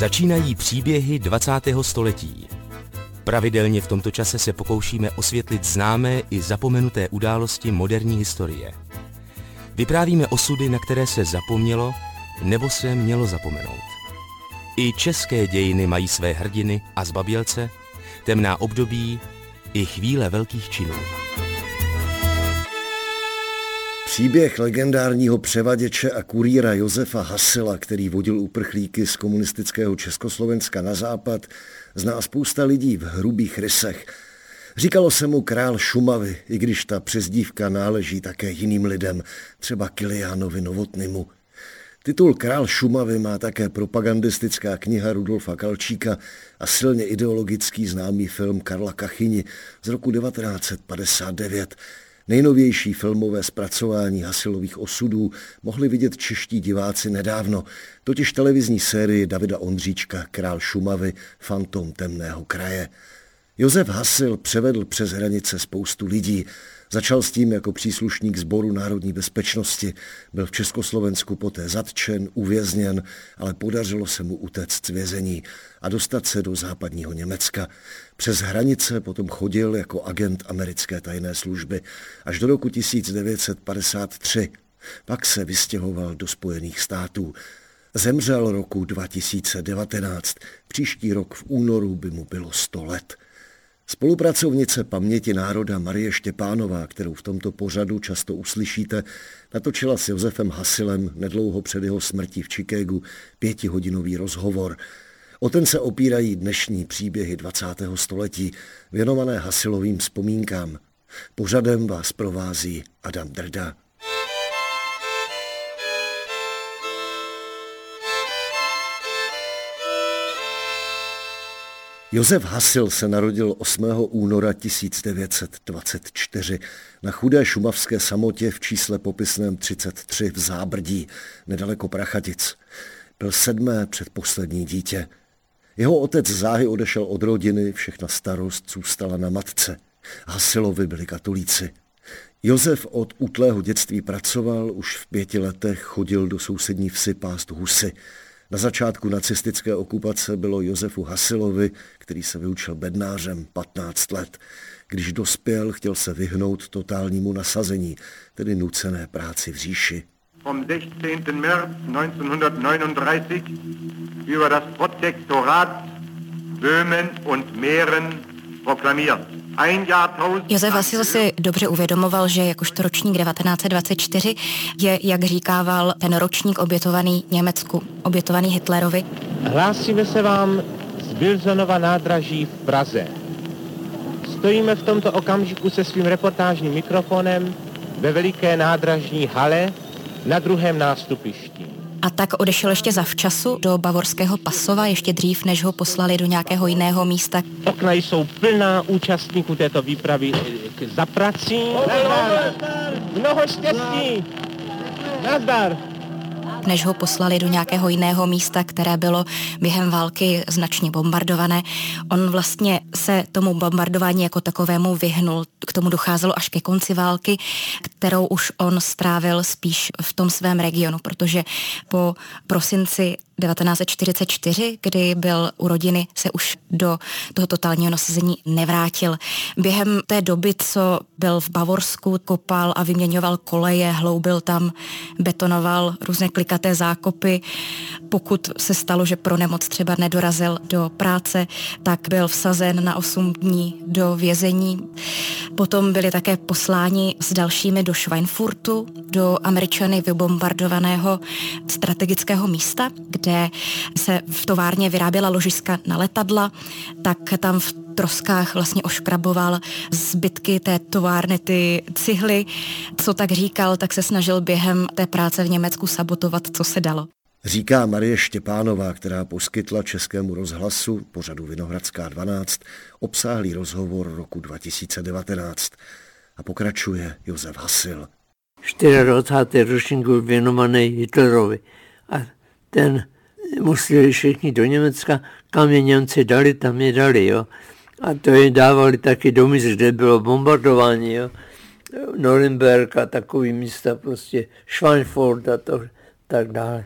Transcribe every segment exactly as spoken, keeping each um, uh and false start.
Začínají příběhy dvacátého století. Pravidelně v tomto čase se pokoušíme osvětlit známé i zapomenuté události moderní historie. Vyprávíme osudy, na které se zapomnělo nebo se mělo zapomenout. I české dějiny mají své hrdiny a zbabělce, temná období i chvíle velkých činů. Příběh legendárního převaděče a kurýra Josefa Hasila, který vodil uprchlíky z komunistického Československa na západ, zná spousta lidí v hrubých rysech. Říkalo se mu král Šumavy, i když ta přezdívka náleží také jiným lidem, třeba Kiliánovi Novotnymu. Titul Král Šumavy má také propagandistická kniha Rudolfa Kalčíka a silně ideologický známý film Karla Kachyni z roku devatenáct set padesát devět. Nejnovější filmové zpracování Hasilových osudů mohli vidět čeští diváci nedávno, totiž televizní sérii Davida Ondříčka Král Šumavy, fantom temného kraje. Josef Hasil převedl přes hranice spoustu lidí. Začal s tím jako příslušník Sboru národní bezpečnosti, byl v Československu poté zatčen, uvězněn, ale podařilo se mu utéct z vězení a dostat se do západního Německa. Přes hranice potom chodil jako agent americké tajné služby až do roku tisíc devět set padesát tři. Pak se vystěhoval do Spojených států. Zemřel roku dva tisíce devatenáct, příští rok v únoru by mu bylo sto let. Spolupracovnice Paměti národa Marie Štěpánová, kterou v tomto pořadu často uslyšíte, natočila s Josefem Hasilem nedlouho před jeho smrtí v Chicagu pětihodinový rozhovor. O ten se opírají dnešní příběhy dvacátého století, věnované Hasilovým vzpomínkám. Pořadem vás provází Adam Drda. Josef Hasil se narodil osmého února tisíc devět set dvacet čtyři na chudé šumavské samotě v čísle popisném třicet tři v Zábrdí, nedaleko Prachatic. Byl sedmé předposlední dítě. Jeho otec záhy odešel od rodiny, všechna starost zůstala na matce. Hasilovi byli katolíci. Josef od útlého dětství pracoval, už v pěti letech chodil do sousední vsi pást husy. Na začátku nacistické okupace bylo Josefu Hasilovi, který se vyučil bednářem, patnáct let. Když dospěl, chtěl se vyhnout totálnímu nasazení, tedy nucené práci v říši. Vom sechzehnten März neunzehnhundertneununddreißig über das Protektorat Böhmen und Mähren proklamiert. Josef Hasil si dobře uvědomoval, že jakožto ročník devatenáct set dvacet čtyři je, jak říkával, ten ročník obětovaný Německu, obětovaný Hitlerovi. Hlásíme se vám z Wilsonova nádraží v Praze. Stojíme v tomto okamžiku se svým reportážním mikrofonem ve veliké nádražní hale na druhém nástupišti. A tak odešel ještě zavčasu do bavorského Pasova, ještě dřív, než ho poslali do nějakého jiného místa. Okna jsou plná účastníků této výpravy za prací. Nazdar! Mnoho štěstí! Nazdar! Než ho poslali do nějakého jiného místa, které bylo během války značně bombardované. On vlastně se tomu bombardování jako takovému vyhnul. K tomu docházelo až ke konci války, kterou už on strávil spíš v tom svém regionu, protože po prosinci devatenáct set čtyřicet čtyři, kdy byl u rodiny, se už do toho totálního nasazení nevrátil. Během té doby, co byl v Bavorsku, kopal a vyměňoval koleje, hloubil tam, betonoval různé klikaté zákopy. Pokud se stalo, že pro nemoc třeba nedorazil do práce, tak byl vsazen na osm dní do vězení. Potom byli také posláni s dalšími do Schweinfurtu, do Američany vybombardovaného strategického místa, kde se v továrně vyráběla ložiska na letadla, tak tam v troskách vlastně oškraboval zbytky té továrny, ty cihly. Co tak říkal, tak se snažil během té práce v Německu sabotovat, co se dalo. Říká Marie Štěpánová, která poskytla Českému rozhlasu pořadu Vinohradská dvanáct obsáhlý rozhovor roku dva tisíce devatenáct. A pokračuje Josef Hasil. dvacátého čtvrtého ročník byl věnovaný Hitlerovi a ten museli všichni do Německa, kam je Němci dali, tam je dali, jo. A to je dávali taky do míst, kde bylo bombardování, jo. Norimberg a takový místa, prostě Schweinfurt a to, tak dále.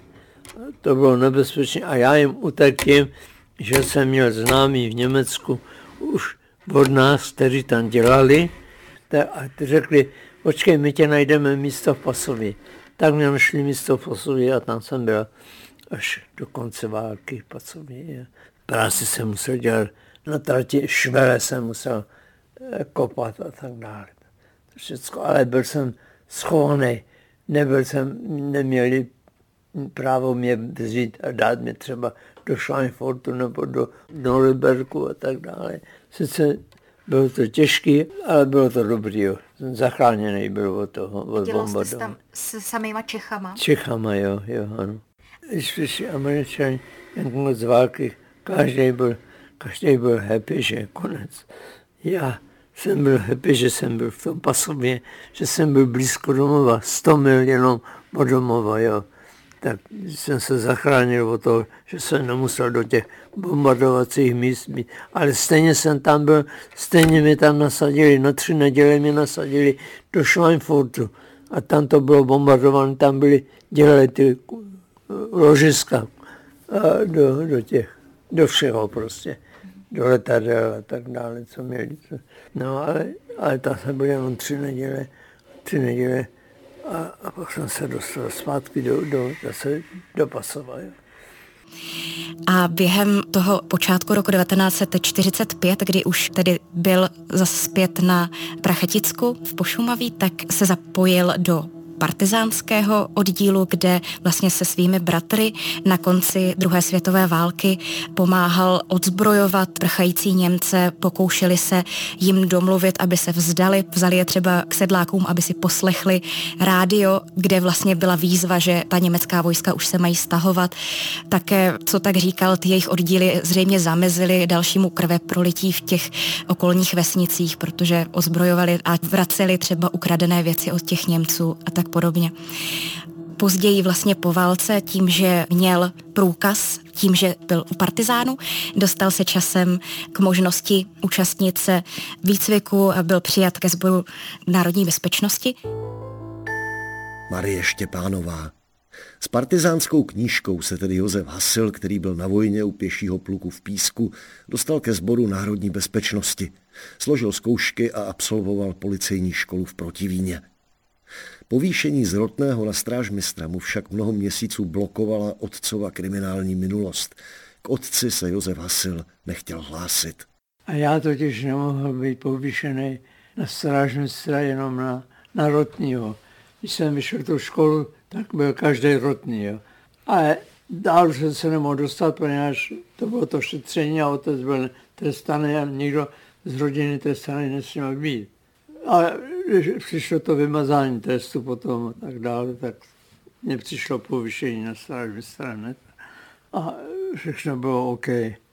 to bylo nebezpečné a já jim utekl tím, že jsem měl známý v Německu už od nás, kteří tam dělali, a ty řekli, počkej, my tě najdeme místo v Pasově. Tak mě našli místo v Pasově a tam jsem byl až do konce války v Pasově. Práci jsem musel dělat na trati, švele jsem musel kopat a tak dále. To všecko, ale byl jsem schovaný, nebyl jsem, neměli právo mě vzít a dát mě třeba do Schweinfurtu nebo do Norimberku a tak dále. Sice bylo to těžké, ale bylo to dobrý. Jo. Zachráněný byl od toho, od bombardování. Dělal jsi tam s samýma Čechama? Čechama, jo, jo, ano. Když přišli Američani jen z války, každý byl, každý byl happy, že je konec. Já jsem byl happy, že jsem byl v tom Pasově, že jsem byl blízko domova, sto mil jenom od domova, jo. Tak jsem se zachránil od toho, že jsem nemusel do těch bombardovacích míst být. Ale stejně jsem tam byl, stejně mě tam nasadili, na tři neděle mě nasadili do Schweinfurtu. A tam to bylo bombardované, tam byli, dělali ty ložiska do, do těch, do všeho prostě. Do letadel a tak dále, co měli. No ale, ale tam jsem byl jenom tři neděle, tři neděle. A, a pak jsem se dostal zpátky do, do, zase do Pasova. Jo. A během toho počátku roku devatenáct set čtyřicet pět, kdy už tedy byl zase zpět na Prachaticku v Pošumaví, tak se zapojil do partizánského oddílu, kde vlastně se svými bratry na konci druhé světové války pomáhal odzbrojovat prchající Němce, pokoušeli se jim domluvit, aby se vzdali, vzali je třeba k sedlákům, aby si poslechli rádio, kde vlastně byla výzva, že ta německá vojska už se mají stahovat. Také, co tak říkal, ty jejich oddíly zřejmě zamezily dalšímu krveprolití v těch okolních vesnicích, protože ozbrojovali a vraceli třeba ukradené věci od těch Němců a tak podobně. Později vlastně po válce, tím, že měl průkaz, tím, že byl u partizánů, dostal se časem k možnosti účastnit se výcviku a byl přijat ke sboru národní bezpečnosti. Marie Štěpánová. S partizánskou knížkou se tedy Josef Hasil, který byl na vojně u pěšího pluku v Písku, dostal ke sboru národní bezpečnosti. Složil zkoušky a absolvoval policejní školu v Protivíně. Povýšení z rotného na strážmistra mu však mnoho měsíců blokovala otcova kriminální minulost. K otci se Josef Hasil nechtěl hlásit. A já totiž nemohl být povýšený na strážmistra jenom na, na rotního. Když jsem vyšel tu školu, tak byl každý rotný. Jo. Ale dál jsem se nemohl dostat, protože to bylo to šetření a otec byl trestaný a nikdo z rodiny trestaný nesměl být. A když přišlo to vymazání trestu potom a tak dále, tak mně přišlo povýšení na strážmistra hned. A všechno bylo OK.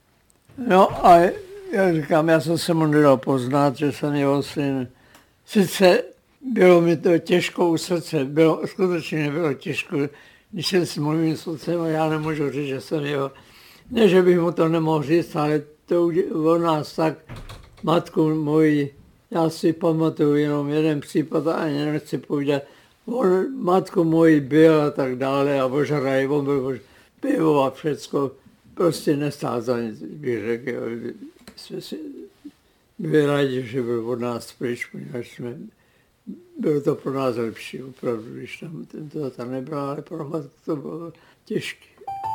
No a já říkám, já jsem se mu nedal poznat, že jsem jeho syn. Sice bylo mi to těžko u srdce, bylo, skutečně nebylo těžko, když jsem si mluvil s otcem a já nemůžu říct, že jsem jeho, ne, že bych mu to nemohl říct, ale to od nás tak, matku moji, já si pamatuju jenom jeden případ a ani nechci povídat, on matku moji byl a tak dále a ožraj, on byl pivo a všecko, prostě nestál za nic, bych řekl. Jsme si byli rádi, že byl od nás pryč, protože jsme, bylo to pro nás lepší, opravdu, když tam tento tam nebyl, ale pro matku to bylo těžké.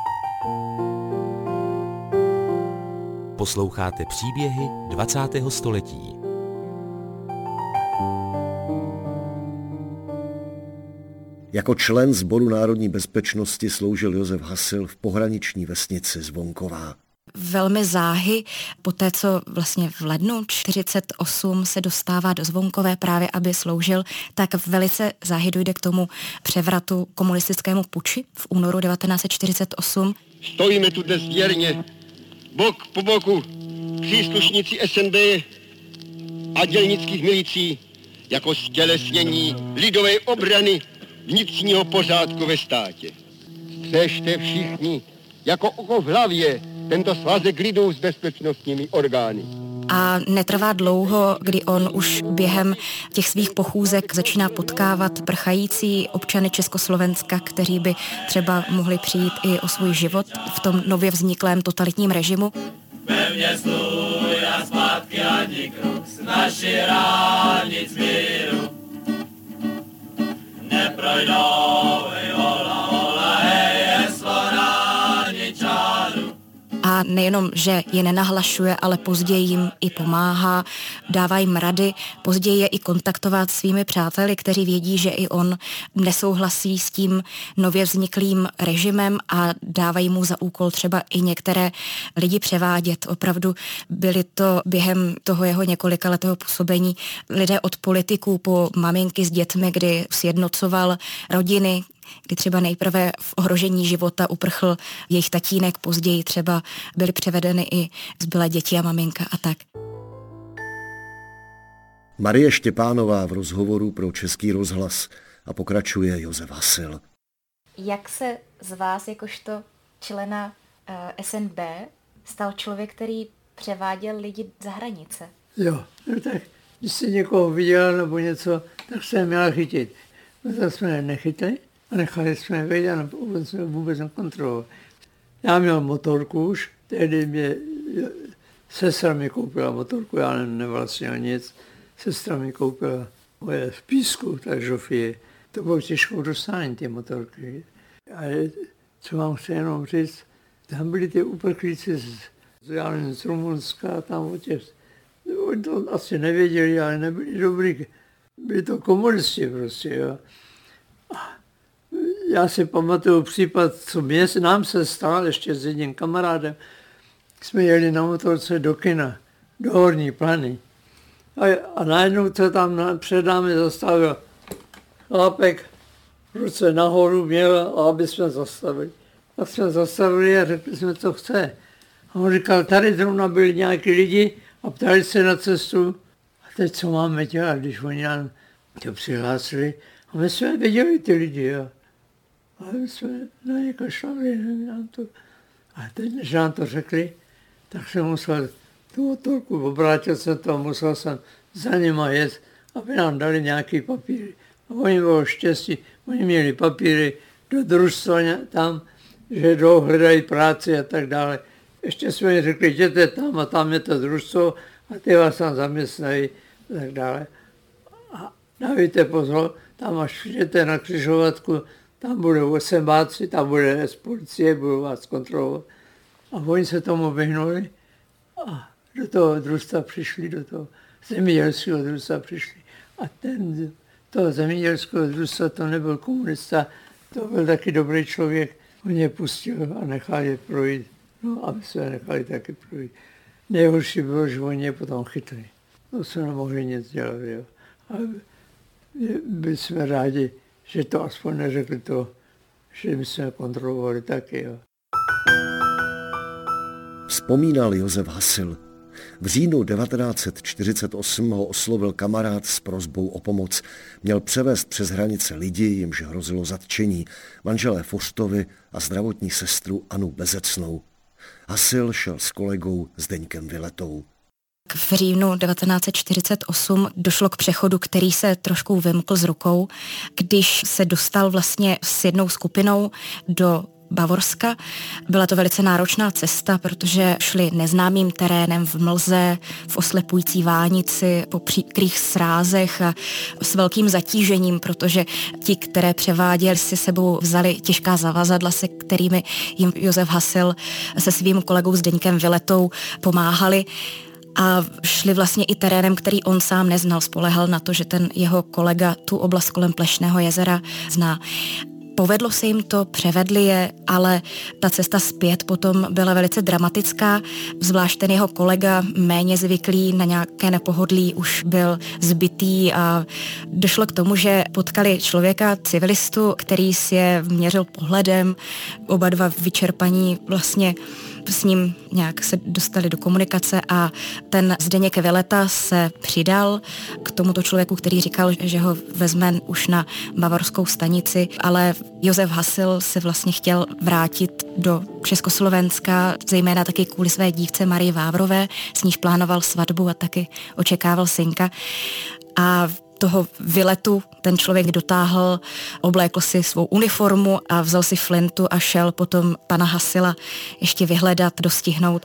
Posloucháte příběhy dvacátého století. Jako člen Sboru národní bezpečnosti sloužil Josef Hasil v pohraniční vesnici Zvonková. Velmi záhy, poté co vlastně v lednu čtyřicet osm se dostává do Zvonkové právě, aby sloužil, tak velice záhy dojde k tomu převratu komunistickému puči v únoru devatenáct set čtyřicet osm. Stojíme tu dnes věrně, bok po boku, příslušníci S N D a dělnických milicí, jako stělesnění lidové obrany vnitřního pořádku ve státě. Střežte všichni jako oko v hlavě tento svazek lidů s bezpečnostními orgány. a netrvá dlouho, kdy on už během těch svých pochůzek začíná potkávat prchající občany Československa, kteří by třeba mohli přijít i o svůj život v tom nově vzniklém totalitním režimu. Ve mně stůj a zpátky ani krok z naší ránic míru. Neprojdou, hej, hola, hola, hej, heslo ráničáru. A nejenom, že je nenahlašuje, ale později jim i pomáhá, dává jim rady, později je i kontaktovat svými přáteli, kteří vědí, že i on nesouhlasí s tím nově vzniklým režimem a dávají mu za úkol třeba i některé lidi převádět. Opravdu byly to během toho jeho několikaletého působení lidé od politiků po maminky s dětmi, kdy sjednocoval rodiny, kdy třeba nejprve v ohrožení života uprchl jejich tatínek, později třeba byly převedeny i zbylé děti a maminka a tak. Marie Štěpánová v rozhovoru pro Český rozhlas a pokračuje Josef Hasil. Jak se z vás jakožto člena uh, S N B stal člověk, který převáděl lidi za hranice? Jo, no tak když jsi někoho viděl nebo něco, tak se měla chytit. No to jsme nechytli. A nechali jsme vejít a vůbec jsme vůbec nekontrolovali. Já měl motorku už, tehdy mě sestra mi koupila motorku, já nevlastnil nic. Sestra mi koupila moje v Písku, tak žofie. To bylo těžkou dostání, ty motorky. A co vám chci jenom říct, tam byli ty uprchlíci z, já nevím, z Rumunska, tam od těch, oni to asi nevěděli, ale nebyli dobrý. Byli to komunisti prostě, jo. Já si pamatuju případ, co mě, nám se stalo ještě s jedním kamarádem. Jsme jeli na motorce do kina, do Horní Plany. A, a najednou se tam na, před námi zastavil chlapek, ruce nahoru měl, aby jsme zastavili. Tak jsme zastavili a řekli jsme, co chce. A on říkal, tady zrovna byli nějaký lidi a ptali se na cestu. A teď co máme dělat, když oni nám to přihlásili. A my jsme viděli ty lidi, jo. A my jsme na ně kašlali, nám to. A teď, než nám to řekli, tak jsem musel tu motorku, obrátil jsem to a musel jsem za nima jet, aby nám dali nějaký papíry. A oni bylo štěstí, oni měli papíry do družstva tam, že jdou, hledají práci a tak dále. Ještě jsme jim řekli, jděte tam a tam je to družstvo a ty vás tam zaměstnají a tak dále. A dávajte pozor, tam až přijdete na křižovatku, tam budou osembáci, tam bude z policie, budou vás kontrolovat. A oni se tomu vyhnuli a do toho družstva přišli, do toho zemědělského družstva přišli. A ten, toho zemědělského družstva, to nebyl komunista, to byl taky dobrý člověk. On je pustil a nechal je projít. No, aby se je nechali taky projít. Nejhorší bylo, že oni je potom chytli. To se nemohli nic dělat, jo. Ale byli jsme rádi, že to aspoň neřekli to, že my jsme kontrolovali taky, jo. Vzpomínal Josef Hasil. V říjnu devatenáct set čtyřicet osm ho oslovil kamarád s prosbou o pomoc. Měl převést přes hranice lidi, jimž hrozilo zatčení, manželé Forstovi a zdravotní sestru Anu Bezecnou. Hasil šel s kolegou Zdeňkem Viletou. V říjnu devatenáct set čtyřicet osm došlo k přechodu, který se trošku vymkl z rukou, když se dostal vlastně s jednou skupinou do Bavorska. Byla to velice náročná cesta, protože šli neznámým terénem v mlze, v oslepující vánici, po příkrých srázech a s velkým zatížením, protože ti, které převáděli, si sebou vzali těžká zavazadla, se kterými jim Josef Hasil se svým kolegou Zdeňkem Viletou pomáhali. A šli vlastně i terénem, který on sám neznal, spolehal na to, že ten jeho kolega tu oblast kolem Plešného jezera zná. Povedlo se jim to, převedli je, ale ta cesta zpět potom byla velice dramatická, zvlášť ten jeho kolega, méně zvyklý na nějaké nepohodlí, už byl zbytý a došlo k tomu, že potkali člověka, civilistu, který si je měřil pohledem, oba dva vyčerpaní vlastně s ním nějak se dostali do komunikace a ten Zdeněk Vileta se přidal k tomuto člověku, který říkal, že ho vezme už na bavorskou stanici, ale Josef Hasil se vlastně chtěl vrátit do Československa, zejména taky kvůli své dívce Marii Vávrové, s níž plánoval svatbu a taky očekával synka. A toho vyletu ten člověk dotáhl, oblékl si svou uniformu a vzal si flintu a šel potom pana Hasila ještě vyhledat, dostihnout.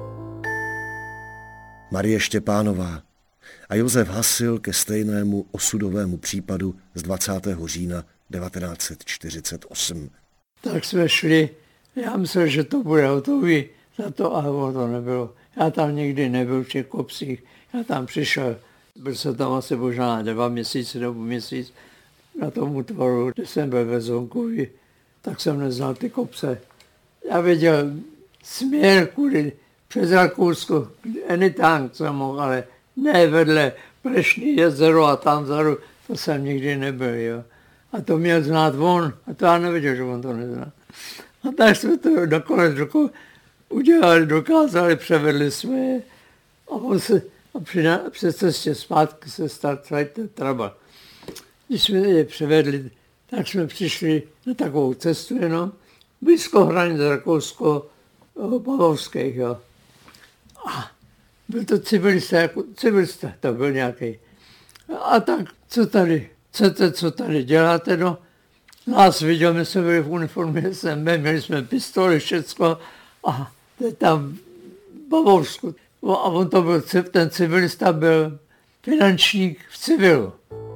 Marie Štěpánová a Josef Hasil ke stejnému osudovému případu z dvacátého října devatenáct set čtyřicet osm. Tak jsme šli, já myslel, že to bude hotový za to, ale to nebylo. Já tam nikdy nebyl v těch kopcích, já tam přišel, byl jsem tam asi možná dva měsíce nebo měsíc na tom útvaru, kde jsem byl ve Zonkovi, tak jsem neznal ty kopce. Já věděl směr kudy přes Rakousko, anytime jsem mohl, ale ne vedle Prešný jezero a tam vzadu, to jsem nikdy nebyl, jo. A to měl znát on, a to já nevěděl, že on to nezná. A tak jsme to nakonec udělali, dokázali, převedli jsme je. A on se, a při, při cestě zpátky se stal celý ten trabl. Když jsme je převedli, tak jsme přišli na takovou cestu jenom, blízko hranic rakousko-bavorských, jo. A byl to civilista, jako civilista, to byl nějaký. A tak, co tady, chcete, co tady děláte, no? Nás viděl, my jsme byli v uniformě S M B, měli jsme pistoli, všecko a tam v Bavorsku. A on to byl, ten civilista byl finančník v civilu.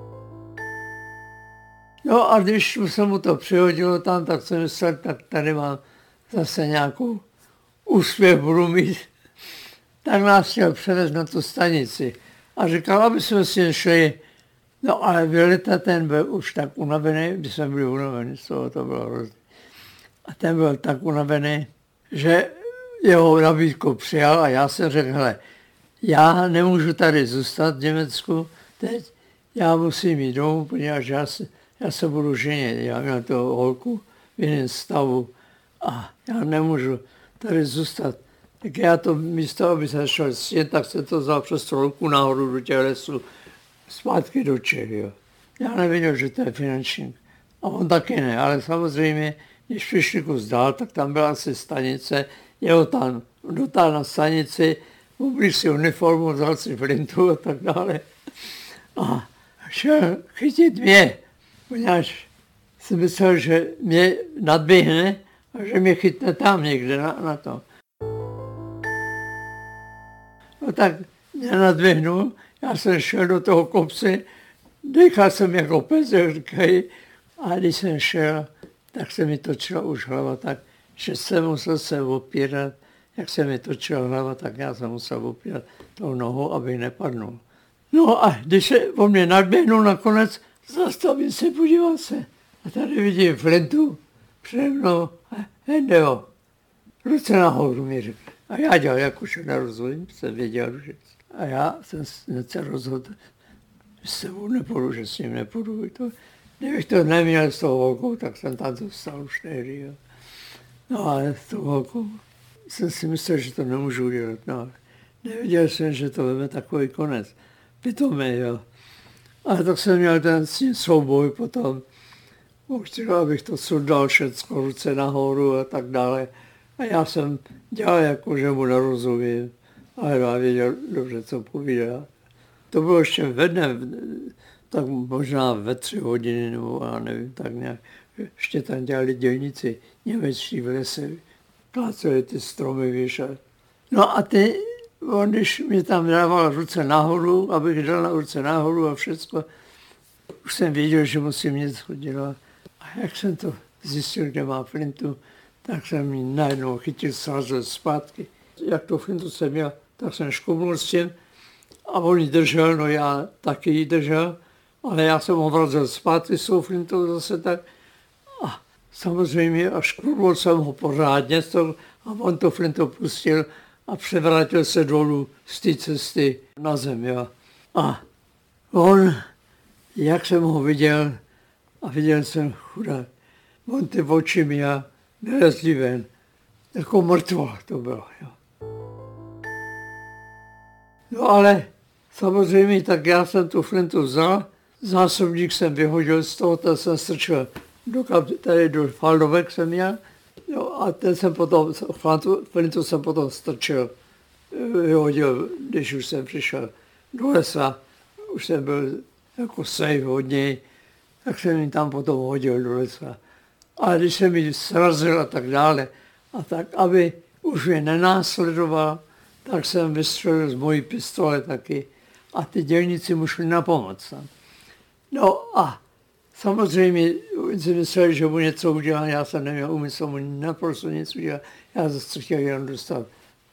No a když se mu to přihodilo tam, tak jsem myslel, tak tady mám zase nějakou úspěch budu mít. Tak nás chtěl převést na tu stanici. A říkal, aby jsme si šli. No ale Violeta, ten byl už tak unavený, když jsme byli unavení, z toho to bylo hrozné. A ten byl tak unavený, že jeho nabídku přijal a já jsem řekl, hele, já nemůžu tady zůstat v Německu teď, já musím jít domů, protože já se, já se budu ženit, já měl toho holku v jiném stavu a já nemůžu tady zůstat. Tak já to místo, aby se šel sjet, tak se to vzal přes tu holku nahoru do těch lesů, zpátky do Čech, jo. Já nevěděl, že to je finančník. A on taky ne, ale samozřejmě, když přišli kus dál, tak tam byla asi stanice, jeho tam dotáhl na stanici, oblík si uniformu, vzal si flintu a tak dále. A šel chytit mě, poněvadž si myslel, že mě nadběhne a že mě chytne tam někde na, na tom. No tak mě nadběhnul, já jsem šel do toho kopce, dechal jsem jako pes, jak říkají, a když jsem šel, tak se mi točila už hlava tak, že jsem musel se opírat, jak se mi točila hlava, tak já jsem musel opírat tou nohou, aby nepadnul. No a když se o mě nadběhnul nakonec, zastavil se, podíval se. A tady vidím flintu přede mnou a hendeo, ruce nahoru mi řekl. A já dělal, jak už nerozumím, jsem věděl, že... A já jsem se rozhodl, že s sebou nepůjdu, že s ním nepůjdu. To, kdybych to neměl s tou holkou, tak jsem tam zůstal už tehdy. Jo. No ale s tou holkou jsem si myslel, že to nemůžu udělat. No, nevěděl jsem, že to bude takový konec. Pitomý, jo. Ale tak jsem měl ten s ním souboj potom. Chtěl, abych to sundal všecko, ruce nahoru a tak dále. A já jsem dělal jako, že mu nerozumím. Ale já věděl dobře, co povídá. To bylo ještě ve dne, tak možná ve tři hodiny, nebo já nevím, tak nějak. Ještě tam dělali dělníci němečtí v lese, kláceli ty stromy, víš. No a ty, on, když mi tam dával ruce nahoru, abych dal na ruce nahoru a všecko, už jsem věděl, že musím něco dělat. A jak jsem to zjistil, kde má flintu, tak jsem ji najednou chytil, sázel zpátky. Jak to flintu jsem měl, tak jsem škumnul s tím a on ji držel, no já taky ji držel, ale já jsem ho vracel zpátky s tou flintou zase tak. A samozřejmě a škumnul jsem ho pořádně a on to flintu pustil a převrátil se dolů z té cesty na zem. Jo. A on, jak jsem ho viděl, a viděl jsem chudák, on ty oči mi a vylezli ven, jako mrtvo to bylo. Jo. No ale samozřejmě tak já jsem tu flintu vzal, zásobník jsem vyhodil z toho, ten jsem strčil do, tady do Faldovek jsem měl, jo, a ten jsem potom, flintu jsem potom strčil, vyhodil, když už jsem přišel do lesa, už jsem byl jako safe od něj, tak jsem ji tam potom hodil do lesa. A když jsem ji srazil a tak dále, a tak, aby už mě nenásledoval, tak jsem vystřelil z mojí pistole taky a ty dělníci mu šli na pomoc. No a samozřejmě si mysleli, že mu něco udělá, já jsem neměl úmysl mu naprosto nic udělat, já se chtěl jenom dostat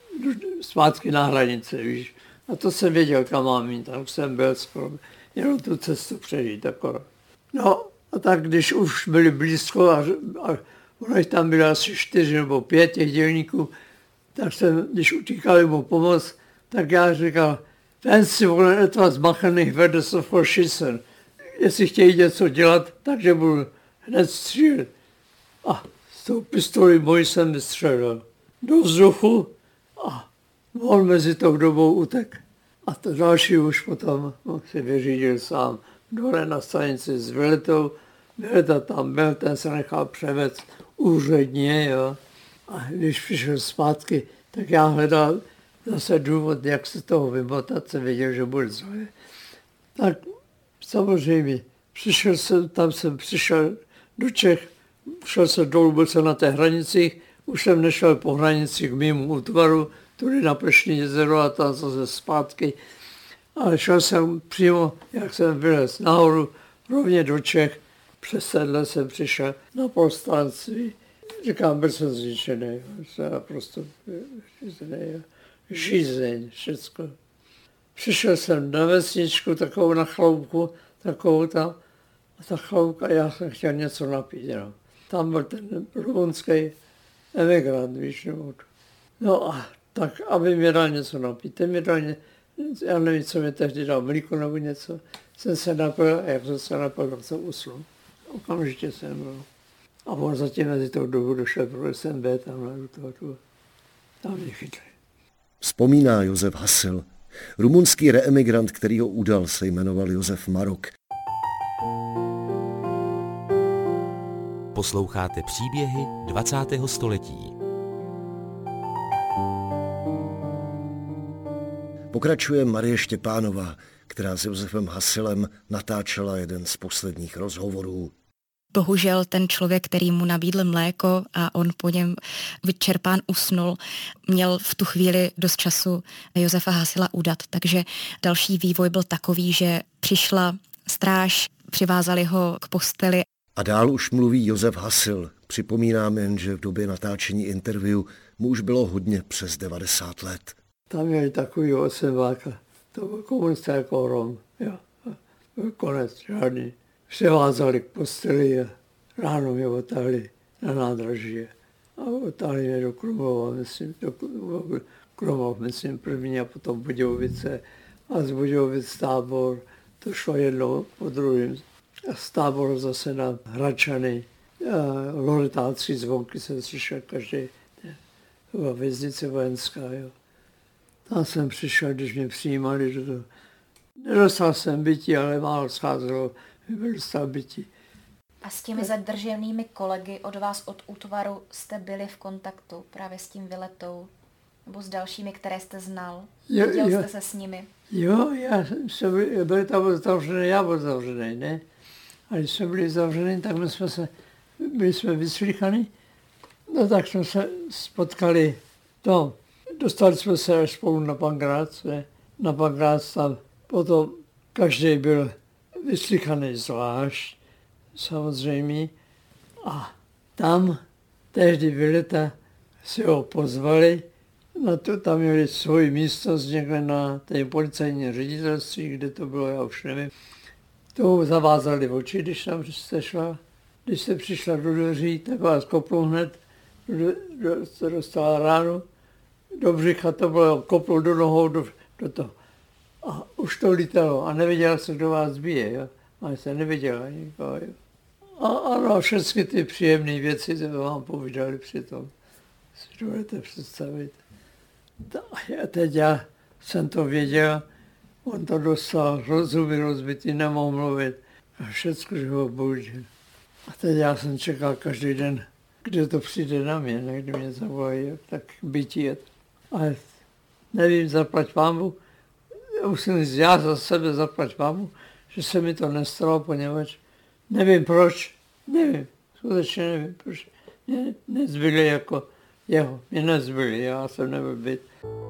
zpátky na hranice, víš. A to jsem věděl, kam mám jít, tam jsem byl skoro, jenom tu cestu přejít, takové. No a tak, když už byli blízko a, a ono tam bylo asi čtyři nebo pět těch dělníků, tak jsem, když utíkali mu pomoc, tak já říkal, wenn Sie wollen etwas machen, ich werde sofort schießen. Jestli chtějí něco dělat, takže budu hned střílet. A s tou pistolí mojí jsem vystřelil do vzduchu a on mezi tou dobou utek. A to další už potom si vyřídil sám dole na stanici s Veletou. Veleta tam byl, ten se nechal převést úředně, jo. A když přišel zpátky, tak já hledal zase důvod, jak se toho vymotat, jsem věděl, že bude zlé. Tak samozřejmě, přišel jsem, tam jsem přišel do Čech, šel jsem dolů, byl jsem na té hranicích, už jsem nešel po hranicích k mému útvaru, tudy na Plešní jezero a tam zase zpátky, ale šel jsem přímo, jak jsem vylez nahoru, rovně do Čech, přes sedle jsem přišel na polstranství. Říkám, byl jsem zničený, jsem naprosto žízený, žízeň, všecko. Přišel jsem na vesničku, takovou na chloupku, takovou tam, a ta chloupka, já jsem chtěl něco napít, jenom. Tam byl ten rumunský emigrant, víš, nebo. No a tak, aby mi dal něco napít, ten mi dal, ně, já nevím, co mi tehdy dal, mlíko nebo něco, jsem se napil, a jak jsem se napil, tak jsem usnul. Okamžitě jsem byl. A on zatím mezi tou dobu došel pro S N B, tam na toho, tam mě chytli. Vzpomíná Josef Hasil. Rumunský reemigrant, který ho udal, se jmenoval Josef Marok. Posloucháte příběhy dvacátého století. Pokračuje Marie Štěpánová, která s Josefem Hasilem natáčela jeden z posledních rozhovorů. Bohužel ten člověk, který mu nabídl mléko a on po něm vyčerpán usnul, měl v tu chvíli dost času Josefa Hasila udat. Takže další vývoj byl takový, že přišla stráž, přivázali ho k posteli. A dál už mluví Josef Hasil. Připomínám jen, že v době natáčení interview mu už bylo hodně přes devadesát let. Tam měli takový oseváka, to byl komunista jako Rom, jo. Konec, žádný. Převázali k posteli a ráno mě otáhli na nádraží a otáhli mě do Krumlova, myslím, do Krumlov, myslím, první a potom Budějovice a z Budějovic Tábor, to šlo jedno po druhém. A z Táboru zase na Hradčany, loretáci zvonky jsem slyšel každý, to byla věznice vojenská, jo. Tam jsem přišel, když mě přijímali do toho. Nedostal jsem bytí, ale málo scházelo, byl dostal bytí. A s těmi zadrženými kolegy od vás od útvaru jste byli v kontaktu právě s tím Veletou? Nebo s dalšími, které jste znal? Jo, Viděl jo. jste se s nimi? Jo, já jsem byl, byl tam zavřený, já byl zavřený, ne? A když jsme byli zavřený, tak my jsme se, byli jsme vyslýchani, no tak jsme se spotkali tom. Dostali jsme se až spolu na Pankrác, ne? Na Pankrác tam potom každý byl vyslychaný zvlášť, samozřejmě. A tam tehdy Veleta si ho pozvali, na to tam měli svoji místnost někde na té policajní ředitelství, kde to bylo, já už nevím. Toho zavázali oči, když tam jste šla. Když jste přišla do dveří, tak vás kopnou hned, do, do, jste dostala ránu, do břicha to bylo, kopnou do nohou, do, do toho. A už to lítalo a nevěděla se, kdo vás bije, jo. A se nevěděla nikoho, jo. A ano, všechny ty příjemné věci, které vám povídali přitom, si dovedete představit. A teď já jsem to věděl, on to dostal, rozumy rozbitý, nemohl mluvit. A všechno, že ho boudil. A teď já jsem čekal každý den, kde to přijde na mě, ne, kdy mě zavolají, tak bytí. Ale nevím, zaplať pámu, musím říct, já za sebe zaplať pámu, že se mi to nestalo, poněvadž nevím proč, nevím, skutečně nevím proč. Mě nezbyli jako jeho, mě nezbyli, já jsem nebyl být.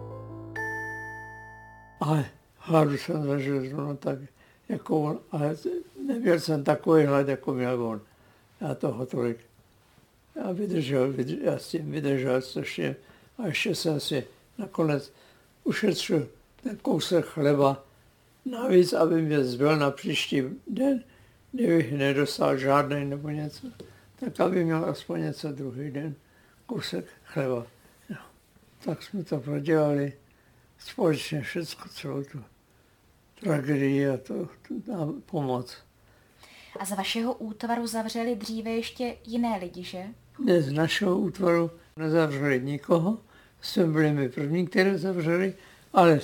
Ale hladu jsem zažil zrovna tak, jako on, ale neměl jsem takový hlad, jako měl on. Já toho tolik. Já vydržel, vydržel já s tím vydržel strašně a ještě jsem si nakonec ušetřil ten kousek chleba. Navíc, aby mě zbyl na příští den, kdybych nedostal žádný nebo něco, tak aby měl aspoň něco druhý den, kousek chleba. No, tak jsme to prodělali společně všechno, celou tu tragédii a to, to pomoc. A z vašeho útvaru zavřeli dříve ještě jiné lidi, že? Ne, z našeho útvaru nezavřeli nikoho, jsme byli my první, které zavřeli, ale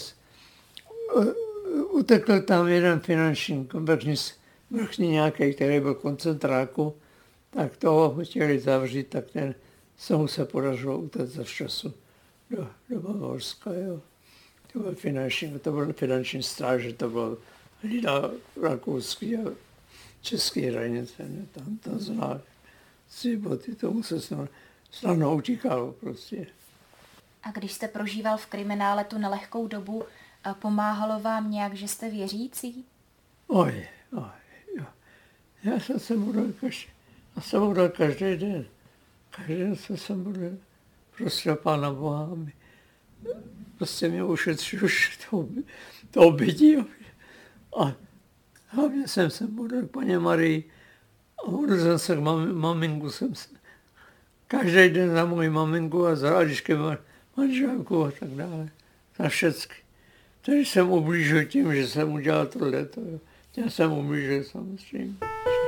utekl tam jeden finanční vrchní nějaký, který byl koncentráku, tak toho chtěli zavřít, tak ten se mu se podařilo utéct za času do, do Bavorska. Jo. To byl finanční, to byl finanční stráž, to byl hlídal rakouský a český hranice, ne, tam to zná si boty, tomu se snadno utíkalo prostě. A když jste prožíval v kriminále tu nelehkou dobu, pomáhalo vám nějak, že jste věřící? Oj, oj, jo. Já jsem se modlil každý, já jsem modlil každý den. Každý den jsem se modlil. Prosil Pána Boha, aby prostě mě ušetřil už to, to bytí. A hlavně jsem se modlil k Paně Marii a modlil jsem se k mam, maminku. Jsem se, každý den za moji maminku a za Radišky manželku a tak dále. Za všecky. Tady jsem ublížil tím, že jsem udělal tohleto. Já jsem ublížil samozřejmě.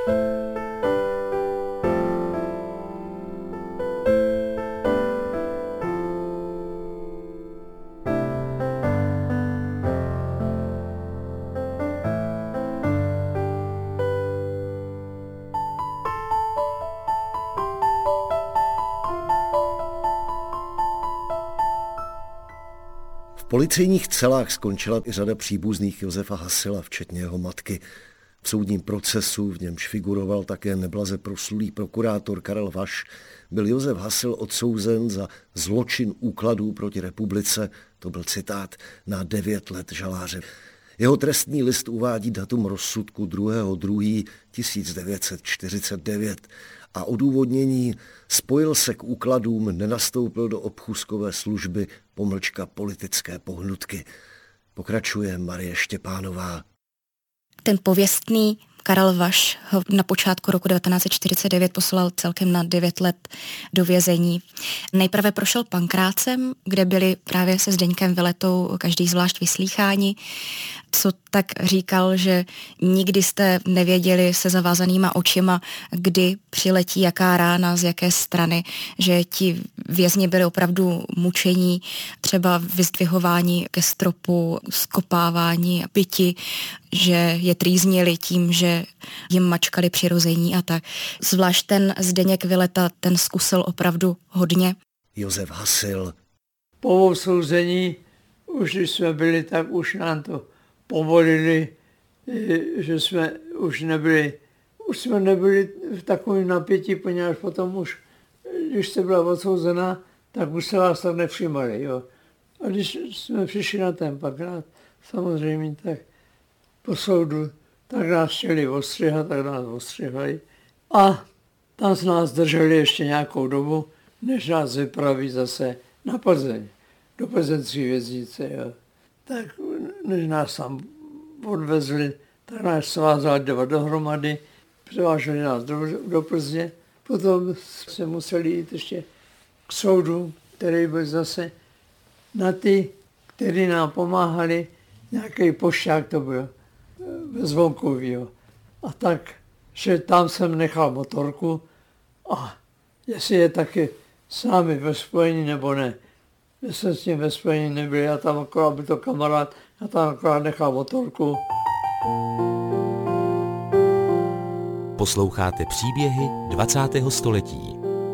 V policejních celách skončila i řada příbuzných Josefa Hasila, včetně jeho matky. V soudním procesu, v němž figuroval také neblaze proslulý prokurátor Karel Vaš, byl Josef Hasil odsouzen za zločin úkladů proti republice, to byl citát, na devět let žaláře. Jeho trestný list uvádí datum rozsudku druhého druhého tisíc devět set čtyřicet devět a odůvodnění spojil se k úkladům, nenastoupil do obchůzkové služby, pomlčka politické pohnutky. Pokračuje Marie Štěpánová. Ten pověstný Karel Vaš ho na počátku roku devatenáct set čtyřicet devět poslal celkem na devět let do vězení. Nejprve prošel Pankrácem, kde byli právě se Zdeňkem Viletou každý zvlášť vyslýcháni, co tak říkal, že nikdy jste nevěděli se zavázanýma očima, kdy přiletí jaká rána, z jaké strany, že ti vězni byli opravdu mučení, třeba vyzdvihování ke stropu, skopávání a piti, že je trýznili tím, že jim mačkali přirození a tak. Zvlášť ten Zdeněk Vileta, ten zkusil opravdu hodně. Josef Hasil. Po odsouzení, už když jsme byli, tak už nám to povolili, že jsme už nebyli, už jsme nebyli v takovém napětí, poněvadž potom už, když jste byla odsouzená, tak už se vás tak nevšimali. Jo. A když jsme přišli na ten Pankrát, samozřejmě tak po soudu, tak nás chtěli ostřihat, tak nás ostřihali. A tam z nás drželi ještě nějakou dobu, než nás vypraví zase na Plzeň, do plzeňské věznice. Jo. Tak než nás tam odvezli, tak nás svázali dva dohromady, převáželi nás do, do Plzně. Potom se museli jít ještě k soudu, který byl zase na ty, kteří nám pomáhali, nějaký pošťák to byl, ve Zvonkový. A tak, že tam jsem nechal motorku a jestli je taky s námi ve spojení nebo ne. My jsme s tím ve spojení nebyli, já tam akorát byl to kamarád, já tam akorát nechal motorku. Posloucháte příběhy dvacátého století.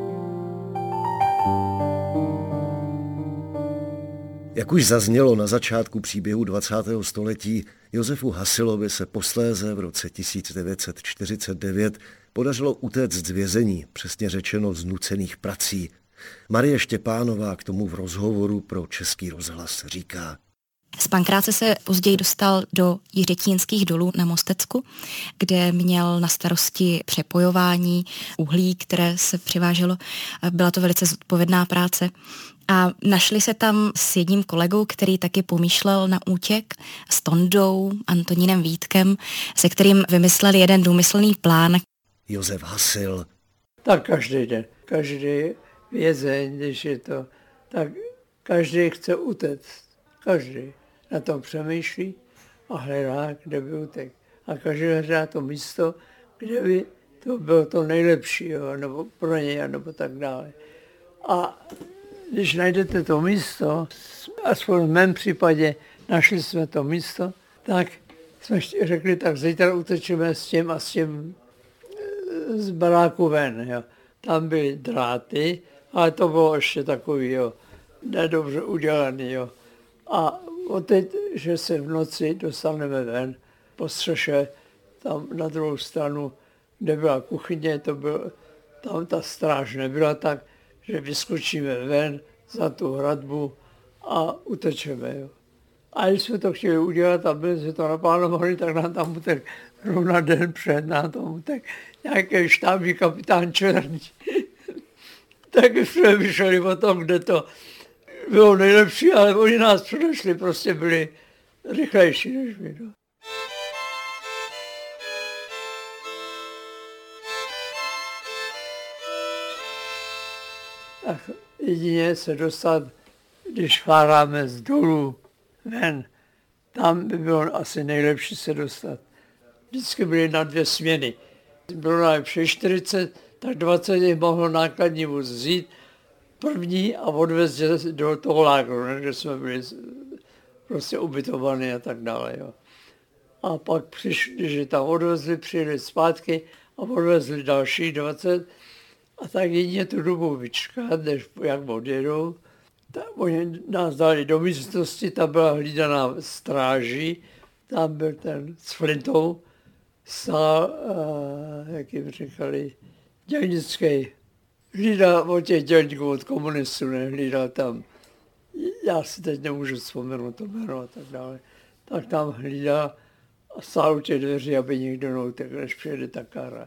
Jak už zaznělo na začátku příběhu dvacátého století, Josefu Hasilovi se posléze v roce tisíc devět set čtyřicet devět podařilo utéct z vězení, přesně řečeno z nucených prací. Marie Štěpánová k tomu v rozhovoru pro Český rozhlas říká. Z Pankráce se později dostal do Jiřečínských dolů na Mostecku, kde měl na starosti přepojování uhlí, které se přiváželo. Byla to velice zodpovědná práce. A našli se tam s jedním kolegou, který taky pomýšlel na útěk, s Tondou, Antonínem Vítkem, se kterým vymysleli jeden důmyslný plán. Josef Hasil. Tak každý den, každý vězeň, když je to, tak každý chce utéct. Každý na tom přemýšlí a hledá, kde by utekl. A každý hledá to místo, kde by to bylo to nejlepší, jo, nebo pro něj, nebo tak dále. A když najdete to místo, aspoň v mém případě našli jsme to místo, tak jsme řekli, tak zítra utečeme s tím a s tím z baráku ven. Jo. Tam byly dráty, ale to bylo ještě takový, jo, nedobře udělaný. Jo. A teď, že se v noci dostaneme ven po střeše, tam na druhou stranu, kde byla kuchyně, to byl, tam ta stráž nebyla tak, že vyskočíme ven za tu hradbu a utečeme. Jo. A když jsme to chtěli udělat a byli jsme to naplánovali, tak nám tam utek rovna den před nám tam utek nějaký štábní kapitán Černý. Taky jsme vyšli o tom, kde to bylo nejlepší, ale oni nás předešli, prostě byli rychlejší než my. No. Ach, jedině se dostat, když fáráme z dolů ven, tam by bylo asi nejlepší se dostat. Vždycky byly na dvě směny. Bylo nám přes čtyřicet, tak dvacet jich mohlo nákladní vůz vzít první a odvést do toho lágru, ne, že jsme byli prostě ubytovaní a tak dále. Jo. A pak přišli, když je tam odvezli, přijeli zpátky a odvezli další dvacet. A tak jedině tu dobu vyčkat, než jak odjedou. Tak oni nás dali do místnosti, tam byla hlídaná stráží, tam byl ten s flintou stál, uh, jak jim říkali, dělnický. Hlídal od těch dělníků, od komunistů, nehlídal tam, já si teď nemůžu vzpomenout to jméno a tak dále. Tak tam hlídal a stál u těch dveří, aby nikdo neutekl, než přijede ta kára.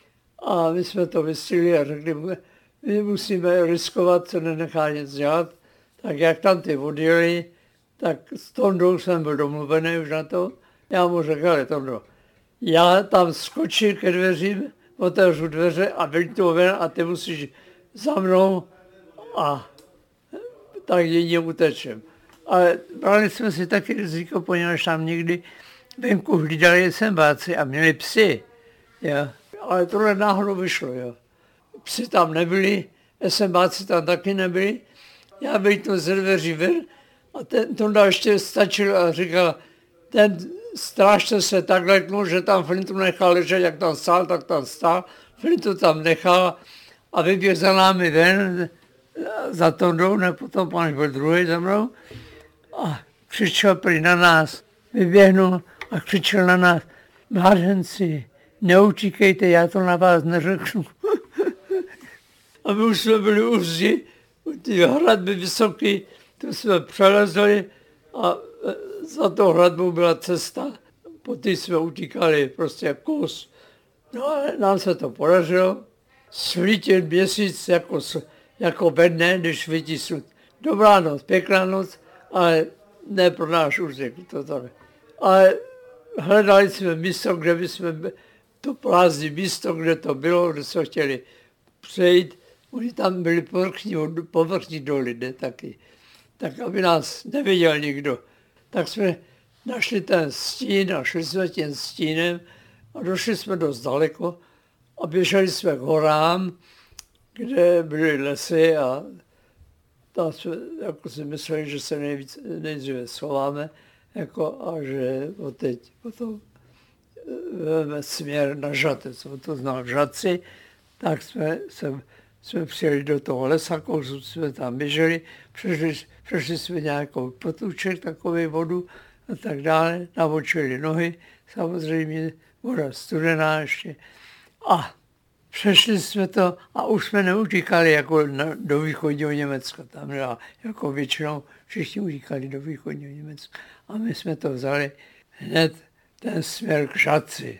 A my jsme to vystihli a řekli, my musíme riskovat, co nenechá nic dělat. Tak jak tam ty odjeli, tak s Tondou jsem byl domluvený už na to. Já mu řekl, ale Tondo, já tam skočím ke dveřím, otevřu dveře a vyjdu ven a ty musíš za mnou a tak jedině utečem. Ale brali jsme si taky riziko, poněvadž tam někdy venku hlídali esembáci a měli psy. Jo. Ale tohle náhodou vyšlo. Jo. Psi tam nebyli, esembáci tam taky nebyli. Já vyjdu ze dveří ven a ten Tonda ještě stačil a říkal, ten strážce se tak leknul, že tam Flintu nechal ležet, jak tam stál, tak tam stál. Flintu tam nechal a vyběh za námi ven, za Tondou, ne potom pan byl druhý za mnou a křičel prý na nás. Vyběhnul a křičel na nás, mládenci, neutíkejte, já to na vás neřeknu. A my už jsme byli u zdi, ty hradby vysoký, to jsme přelezli a za tou hradbou byla cesta, po té jsme utíkali prostě kus. No ale nám se to podařilo, svítil měsíc jako, jako ve dne, když svítí slunce. Dobrá noc, pěkná noc, ale ne pro náš útěk, to tady. Ale hledali jsme místo, kde bychom, to prázdné místo, kde to bylo, kde jsme chtěli přejít. Oni tam byli povrchní, povrchní doly, ne, taky. Tak aby nás neviděl nikdo. Tak jsme našli ten stín a šli jsme tím stínem a došli jsme dost daleko a běželi jsme k horám, kde byly lesy a tam jsme jako si mysleli, že se nejvíc, nejdříve schováme jako, a že odteď potom ve směr na Žatec, on to znal v Žatci, tak jsme, jsme, jsme přijeli do toho lesa, kousek jsme tam běželi, přešli, přešli jsme nějakou potůček, takovou vodu a tak dále, namočili nohy, samozřejmě voda studená ještě. A přešli jsme to a už jsme neutíkali jako na, do východního Německa. Tam jako většinou všichni utíkali do východního Německa. A my jsme to vzali hned ten směr k Žatci.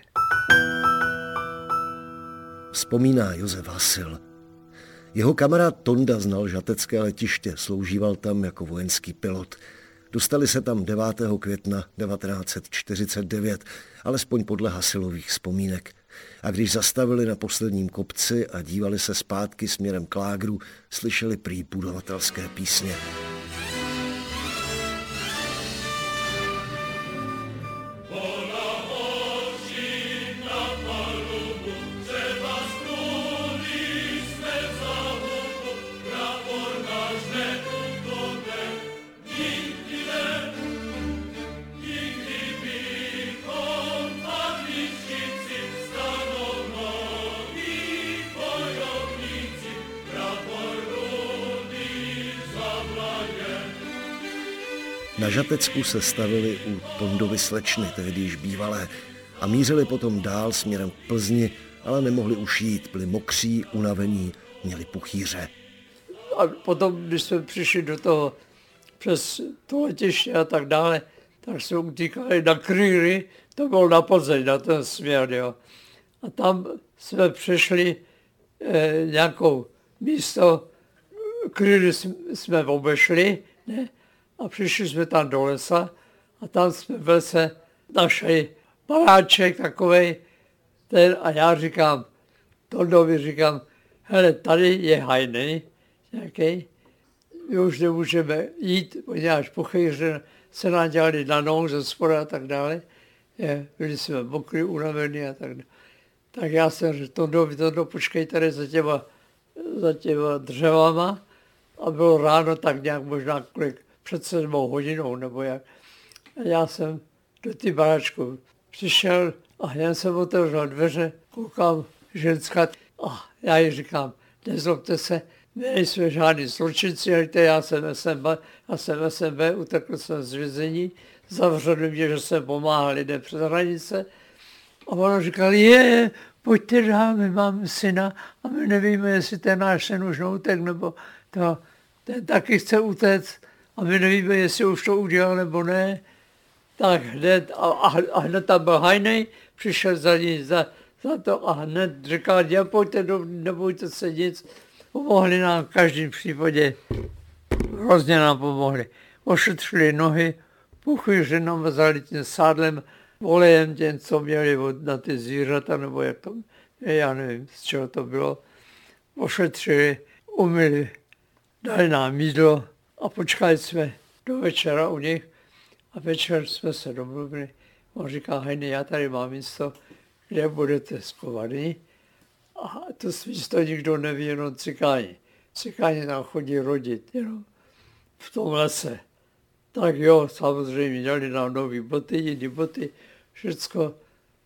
Vzpomíná Josef Hasil. Jeho kamarád Tonda znal žatecké letiště, sloužíval tam jako vojenský pilot. Dostali se tam devátého května devatenáct set čtyřicet devět, alespoň podle Hasilových vzpomínek. A když zastavili na posledním kopci a dívali se zpátky směrem k lágru, slyšeli prý budovatelské písně. Na Žatecku se stavili u Tondovy slečny, tehdy již bývalé, a mířili potom dál směrem k Plzni, ale nemohli už jít, byli mokří, unavení, měli puchýře. A potom, když jsme přišli do toho, přes to letiště a tak dále, tak jsme utíkali na Krýry, to bylo na Plzeň, na ten směr, jo. A tam jsme přešli eh, nějakou místo, Krýry jsme obešli, ne? A přišli jsme tam do lesa a tam jsme v lese našli baráček takovej, ten, a já říkám, Tondovi říkám, hele, tady je hajný nějaký, my už nemůžeme jít, oni až pochýře se nám dělali na nohu ze spoda a tak dále, je, byli jsme mokrý, unavení a tak dále. Tak já jsem řekl, Tondovi, Tondo, počkej tady za těma, za těma dřevama, a bylo ráno tak nějak možná kolik, před sedmou hodinou, nebo jak. A já jsem do té baráčku přišel a jen jsem otevřel dveře, koukám, ženská, a já jí říkám, nezlobte se, my nejsme žádní zločinci, já jsem S M B, já jsem S M B, utekl jsem z vězení, zavřeli mě, že jsem pomáhal lidem přes hranice. A ona říkala, je, pojďte dál, my máme syna a my nevíme, jestli ten náš syn už neutek, nebo to, ten taky chce utéct. A my nevíme, jestli už to udělal nebo ne, tak hned, a, a, a hned tam byl hajnej, přišel za ní za, za to a hned říkal, já pojďte, do, nebojte se nic, pomohli nám v každém případě, hrozně nám pomohli. Ošetřili nohy, puchýře nám vzali tím sádlem, olejem těm, co měli na ty zvířata, nebo jak to, já nevím, z čeho to bylo, ošetřili, umyli, dali nám jídlo, a počkali jsme do večera u nich a večer jsme se domluvili. On říká, hejny, já tady mám místo, kde budete skovaný. A to místo nikdo neví, jenom cikáni. Cikáni tam chodí rodit, jenom v tom lese. Tak jo, samozřejmě, dělali nám nový boty, jiný boty, všecko,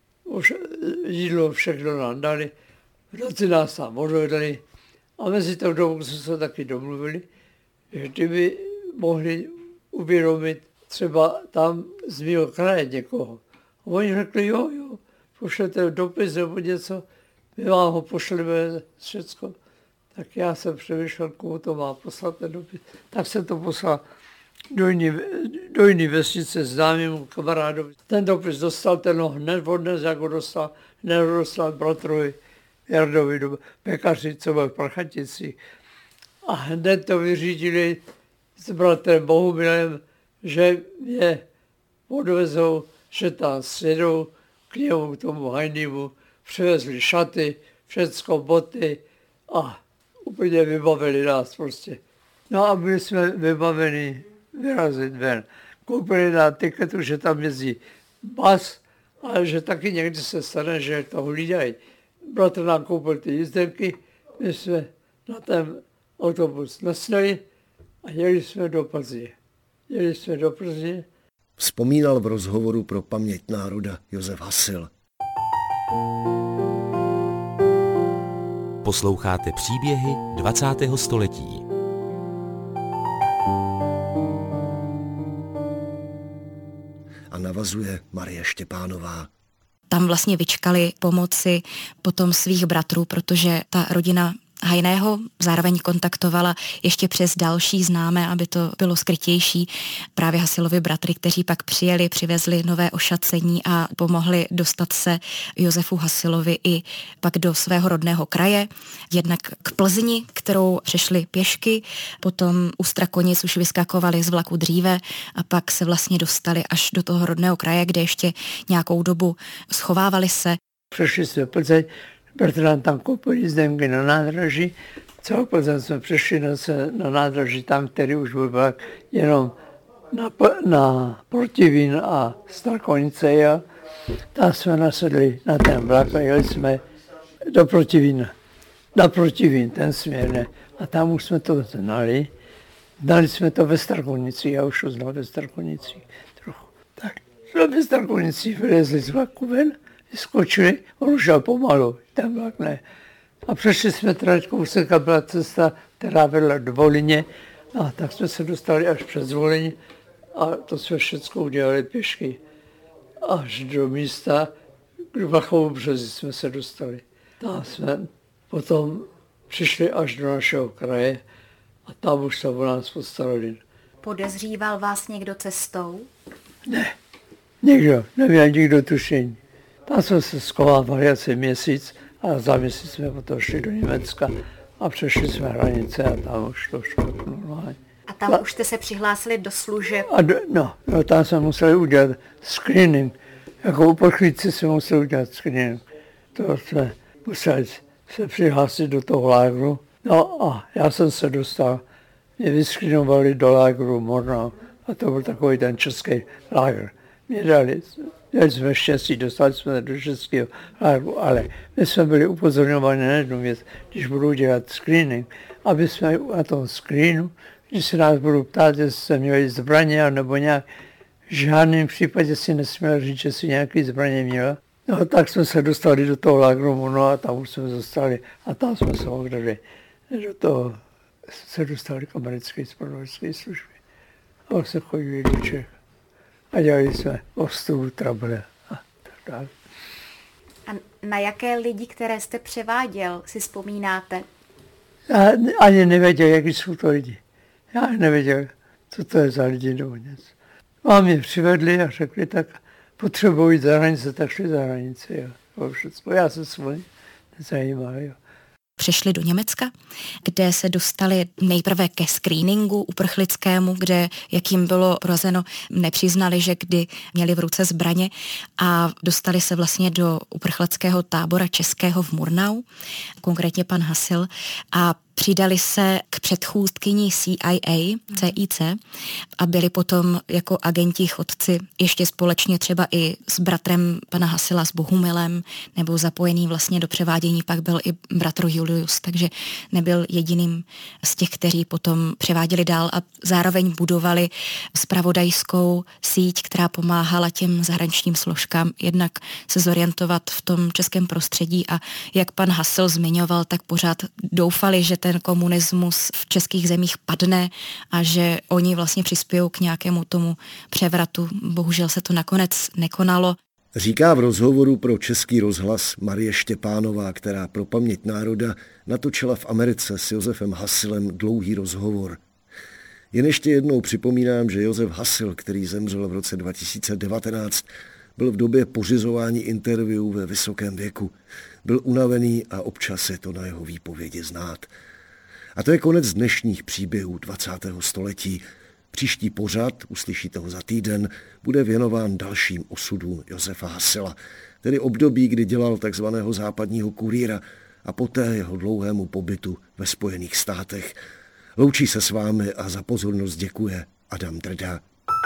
už jídlo, všechno nám dali. V noci nás tam odvedli a mezi tou dobou jsme se taky domluvili, že kdyby mohli uvědomit třeba tam z mého kraje někoho. A oni řekli, jo, jo, pošlete dopis nebo něco, my vám ho pošleme všecko. Tak já jsem přemýšlel, komu to má poslat ten dopis. Tak jsem to poslal do jiné, do jiné vesnice známému kamarádovi. Ten dopis dostal, ten ho hned odnes, jak ho dostal, hned ho dostal bratrovi Jardovi do pekaři, co byl v Prchaticích. A hned to vyřídili s bratrem Bohumilem, že mě odvezou, že tam sjedou k němu, k tomu hajnímu, přivezli šaty, všecko, boty a úplně vybavili nás prostě. No a byli jsme vybaveni vyrazit ven. Koupili na tiketu, že tam jezdí bus, ale že taky někdy se stane, že to hlídají. Bratr nám koupil ty jízdenky, my jsme na ten autobus nasnali a jeli jsme do Plzně. Jeli jsme do Plzně. Vzpomínal v rozhovoru pro Paměť národa Josef Hasil. Posloucháte příběhy dvacátého století. A navazuje Marie Štěpánová. Tam vlastně vyčkali pomoci potom svých bratrů, protože ta rodina Hajného zároveň kontaktovala ještě přes další známé, aby to bylo skrytější, právě Hasilovi bratry, kteří pak přijeli, přivezli nové ošacení a pomohli dostat se Josefu Hasilovi i pak do svého rodného kraje, jednak k Plzni, kterou přešli pěšky, potom u Strakonic už vyskakovali z vlaku dříve a pak se vlastně dostali až do toho rodného kraje, kde ještě nějakou dobu schovávali se. Přešli jsme Plzeň, protože nám tam koupili jízdenky na nádraží. Celou Plzeň jsme přešli na, se, na nádraží tam, který už byl vlak jenom na, na Protivín a Strakonice. A tam jsme nasedli na ten vlak a jeli jsme do Protivína. Na Protivín, ten směr, ne. A tam už jsme to znali. Znali jsme to ve Strakonici, já už to znal ve Strakonici trochu. Tak jsme ve Strakonici vylezli z vlaku ven, skočili, on už šel pomalu, ten vlak ne. A přešli jsme trať kousek a byla cesta, která vedla do Volině. A tak jsme se dostali až přes Volině a to jsme všechno udělali pěšky. Až do místa, k Vlachovu březi jsme se dostali. Tam jsme potom přišli až do našeho kraje a tam už se o nás postarali. Podezříval vás někdo cestou? Ne, nikdo, neměl nikdo tušení. Tam jsme se schovávali asi měsíc a za měsíc jsme potom šli do Německa a přešli jsme hranice a tam už to šlo k normálně. A tam ta, už jste se přihlásili do služeb? A do, no, no, tam jsme museli udělat screening. Jako uprchlíci jsme museli udělat screening. To jsme museli se přihlásit do toho lágru. No a já jsem se dostal, mě vyskrinovali do lágru Mornau a to byl takový ten český lágr. Mě dali, měli jsme štěstí, dostali jsme do českého lágru, ale my jsme byli upozorňováni na jednu věc, když budou dělat screening, aby jsme na tom screenu, když se nás budou ptát, jestli jsme měli zbraně nebo nějak, v žádném případě si nesměl říct, že si nějaký zbraně měla. No tak jsme se dostali do toho lágru, no a tam už jsme zostali a tam jsme se mohli do toho se dostali k americké zpravodajské službě. A se chodili do Čech. A dělali jsme ostudu, trable a tak dále. A na jaké lidi, které jste převáděl, si vzpomínáte? Já ani nevěděl, jaký jsou to lidi. Já nevěděl, co to je za lidi nebo něco. A mě přivedli a řekli, tak potřebuji jít za hranice, tak šli za hranice. Jo. Já se svůj nezajímal. Jo. Přešli do Německa, kde se dostali nejprve ke screeningu uprchlickému, kde, jak jim bylo porazeno, nepřiznali, že kdy měli v ruce zbraně a dostali se vlastně do uprchlického tábora českého v Murnau, konkrétně pan Hasil, a přidali se k předchůdkyni C I A, C I C, a byli potom jako agenti chodci ještě společně třeba i s bratrem pana Hasila, s Bohumilem, nebo zapojený vlastně do převádění pak byl i bratr Julius, takže nebyl jediným z těch, kteří potom převáděli dál a zároveň budovali zpravodajskou síť, která pomáhala těm zahraničním složkám jednak se zorientovat v tom českém prostředí a jak pan Hasil zmiňoval, tak pořád doufali, že ten komunismus v českých zemích padne a že oni vlastně přispějou k nějakému tomu převratu. Bohužel se to nakonec nekonalo. Říká v rozhovoru pro Český rozhlas Marie Štěpánová, která pro Paměť národa natočila v Americe s Josefem Hasilem dlouhý rozhovor. Jen ještě jednou připomínám, že Josef Hasil, který zemřel v roce dva tisíce devatenáct, byl v době pořizování interview ve vysokém věku. Byl unavený a občas je to na jeho výpovědi znát. A to je konec dnešních příběhů dvacátého století. Příští pořad, uslyšíte ho za týden, bude věnován dalším osudům Josefa Hasila, tedy období, kdy dělal takzvaného západního kurýra a poté jeho dlouhému pobytu ve Spojených státech. Loučí se s vámi a za pozornost děkuje Adam Drda.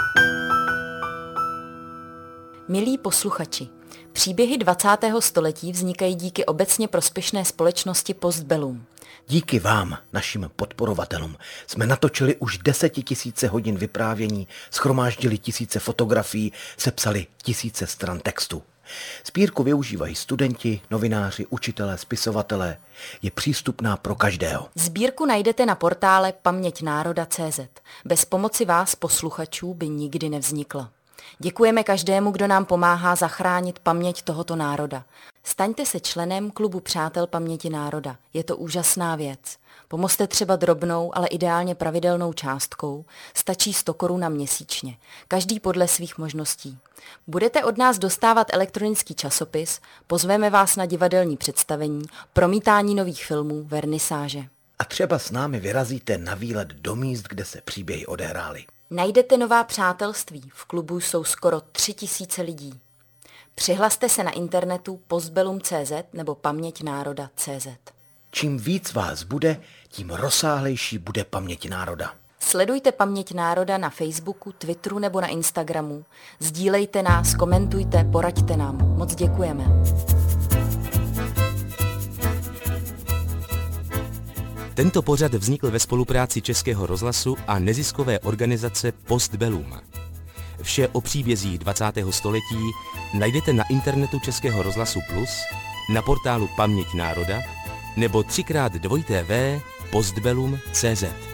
Milí posluchači, příběhy dvacátého století vznikají díky obecně prospěšné společnosti Postbellum. Díky vám, našim podporovatelům, jsme natočili už desetitisíce hodin vyprávění, shromáždili tisíce fotografií, sepsali tisíce stran textu. Sbírku využívají studenti, novináři, učitelé, spisovatelé. Je přístupná pro každého. Sbírku najdete na portále paměť národa tečka cé zet. Bez pomoci vás, posluchačů, by nikdy nevznikla. Děkujeme každému, kdo nám pomáhá zachránit paměť tohoto národa. Staňte se členem klubu Přátel paměti národa. Je to úžasná věc. Pomozte třeba drobnou, ale ideálně pravidelnou částkou. Stačí sto korun měsíčně. Každý podle svých možností. Budete od nás dostávat elektronický časopis, pozveme vás na divadelní představení, promítání nových filmů, vernisáže. A třeba s námi vyrazíte na výlet do míst, kde se příběhy odehrály. Najdete nová přátelství, v klubu jsou skoro tři tisíce lidí. Přihlaste se na internetu postbellum tečka cé zet nebo paměť národa tečka cé zet. Čím víc vás bude, tím rozsáhlejší bude paměť národa. Sledujte Paměť národa na Facebooku, Twitteru nebo na Instagramu. Sdílejte nás, komentujte, poraďte nám. Moc děkujeme. Tento pořad vznikl ve spolupráci Českého rozhlasu a neziskové organizace Postbellum. Vše o příbězích dvacátého století najdete na internetu Českého rozhlasu Plus, na portálu Paměť národa nebo třikrát dvojité v postbellum tečka cé zet.